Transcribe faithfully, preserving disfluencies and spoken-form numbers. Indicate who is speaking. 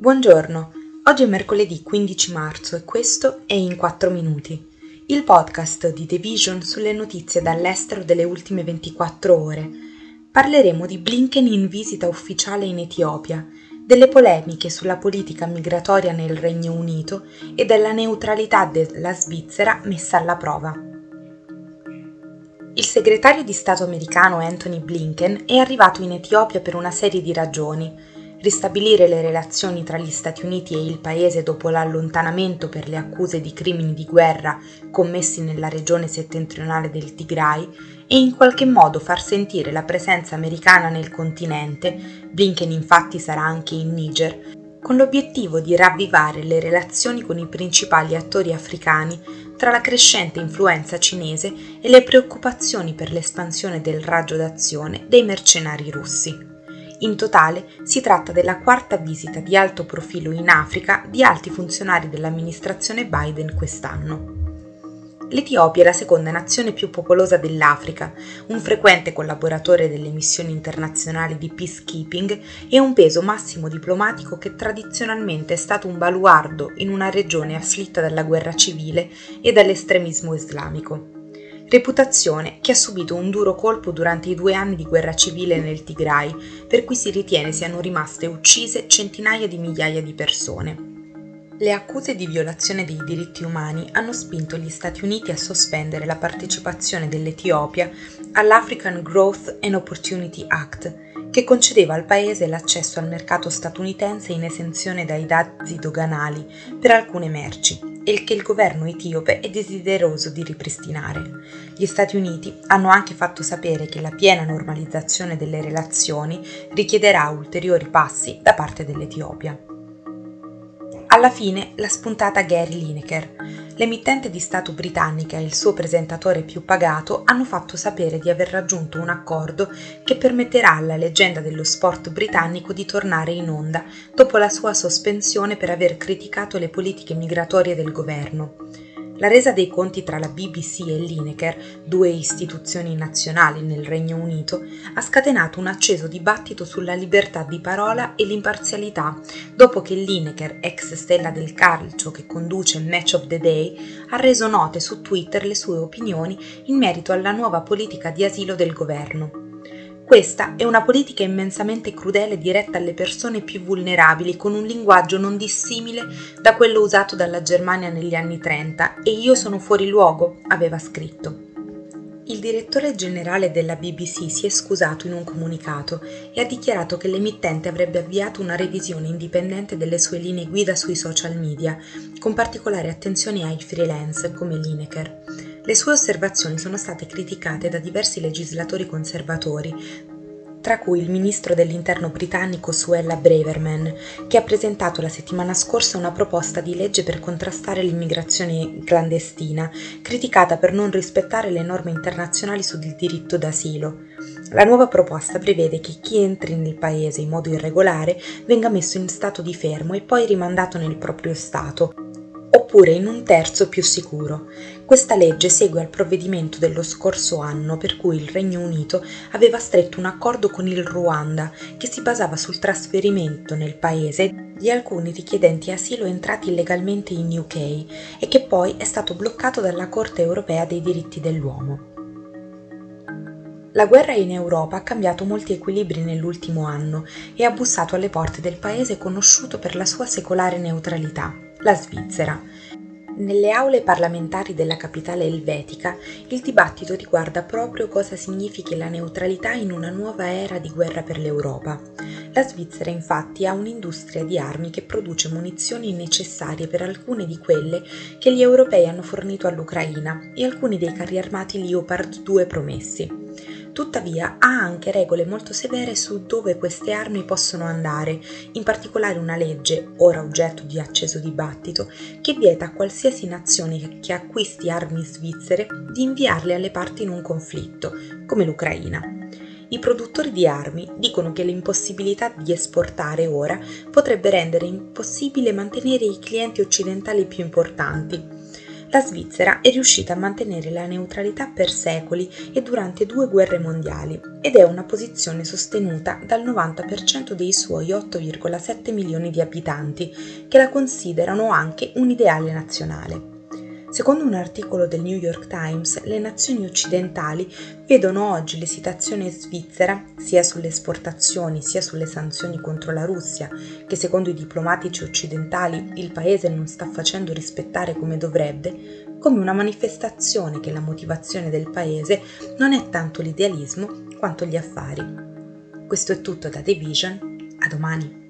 Speaker 1: Buongiorno, oggi è mercoledì quindici marzo e questo è In quattro minuti, il podcast di The Vision sulle notizie dall'estero delle ultime ventiquattro ore. Parleremo di Blinken in visita ufficiale in Etiopia, delle polemiche sulla politica migratoria nel Regno Unito e della neutralità della Svizzera messa alla prova. Il segretario di Stato americano Anthony Blinken è arrivato in Etiopia per una serie di ragioni. Ristabilire le relazioni tra gli Stati Uniti e il paese dopo l'allontanamento per le accuse di crimini di guerra commessi nella regione settentrionale del Tigray e in qualche modo far sentire la presenza americana nel continente. Blinken infatti sarà anche in Niger, con l'obiettivo di ravvivare le relazioni con i principali attori africani tra la crescente influenza cinese e le preoccupazioni per l'espansione del raggio d'azione dei mercenari russi. In totale si tratta della quarta visita di alto profilo in Africa di alti funzionari dell'amministrazione Biden quest'anno. L'Etiopia è la seconda nazione più popolosa dell'Africa, un frequente collaboratore delle missioni internazionali di peacekeeping e un peso massimo diplomatico che tradizionalmente è stato un baluardo in una regione afflitta dalla guerra civile e dall'estremismo islamico. Reputazione che ha subito un duro colpo durante i due anni di guerra civile nel Tigray, per cui si ritiene siano rimaste uccise centinaia di migliaia di persone. Le accuse di violazione dei diritti umani hanno spinto gli Stati Uniti a sospendere la partecipazione dell'Etiopia all'African Growth and Opportunity Act, che concedeva al paese l'accesso al mercato statunitense in esenzione dai dazi doganali per alcune merci, e che il governo etiope è desideroso di ripristinare. Gli Stati Uniti hanno anche fatto sapere che la piena normalizzazione delle relazioni richiederà ulteriori passi da parte dell'Etiopia. Alla fine la spuntata Gary Lineker. L'emittente di Stato britannica e il suo presentatore più pagato hanno fatto sapere di aver raggiunto un accordo che permetterà alla leggenda dello sport britannico di tornare in onda dopo la sua sospensione per aver criticato le politiche migratorie del governo. La resa dei conti tra la B B C e Lineker, due istituzioni nazionali nel Regno Unito, ha scatenato un acceso dibattito sulla libertà di parola e l'imparzialità, dopo che Lineker, ex stella del calcio che conduce Match of the Day, ha reso note su Twitter le sue opinioni in merito alla nuova politica di asilo del governo. Questa è una politica immensamente crudele diretta alle persone più vulnerabili, con un linguaggio non dissimile da quello usato dalla Germania negli anni trenta, e io sono fuori luogo, aveva scritto. Il direttore generale della B B C si è scusato in un comunicato e ha dichiarato che l'emittente avrebbe avviato una revisione indipendente delle sue linee guida sui social media, con particolare attenzione ai freelance come Lineker. Le sue osservazioni sono state criticate da diversi legislatori conservatori, tra cui il ministro dell'interno britannico Suella Braverman, che ha presentato la settimana scorsa una proposta di legge per contrastare l'immigrazione clandestina, criticata per non rispettare le norme internazionali sul diritto d'asilo. La nuova proposta prevede che chi entri nel paese in modo irregolare venga messo in stato di fermo e poi rimandato nel proprio stato, oppure in un terzo più sicuro. Questa legge segue al provvedimento dello scorso anno per cui il Regno Unito aveva stretto un accordo con il Ruanda che si basava sul trasferimento nel paese di alcuni richiedenti asilo entrati illegalmente in U K e che poi è stato bloccato dalla Corte europea dei diritti dell'uomo. La guerra in Europa ha cambiato molti equilibri nell'ultimo anno e ha bussato alle porte del paese conosciuto per la sua secolare neutralità, la Svizzera. Nelle aule parlamentari della capitale elvetica il dibattito riguarda proprio cosa significhi la neutralità in una nuova era di guerra per l'Europa. La Svizzera infatti ha un'industria di armi che produce munizioni necessarie per alcune di quelle che gli europei hanno fornito all'Ucraina e alcuni dei carri armati Leopard due promessi. Tuttavia ha anche regole molto severe su dove queste armi possono andare, in particolare una legge, ora oggetto di acceso dibattito, che vieta a qualsiasi nazione che acquisti armi svizzere di inviarle alle parti in un conflitto, come l'Ucraina. I produttori di armi dicono che l'impossibilità di esportare ora potrebbe rendere impossibile mantenere i clienti occidentali più importanti. La Svizzera è riuscita a mantenere la neutralità per secoli e durante due guerre mondiali ed è una posizione sostenuta dal novanta per cento dei suoi otto virgola sette milioni di abitanti, che la considerano anche un ideale nazionale. Secondo un articolo del New York Times, le nazioni occidentali vedono oggi l'esitazione svizzera, sia sulle esportazioni sia sulle sanzioni contro la Russia, che secondo i diplomatici occidentali il paese non sta facendo rispettare come dovrebbe, come una manifestazione che la motivazione del paese non è tanto l'idealismo quanto gli affari. Questo è tutto da The Vision, a domani.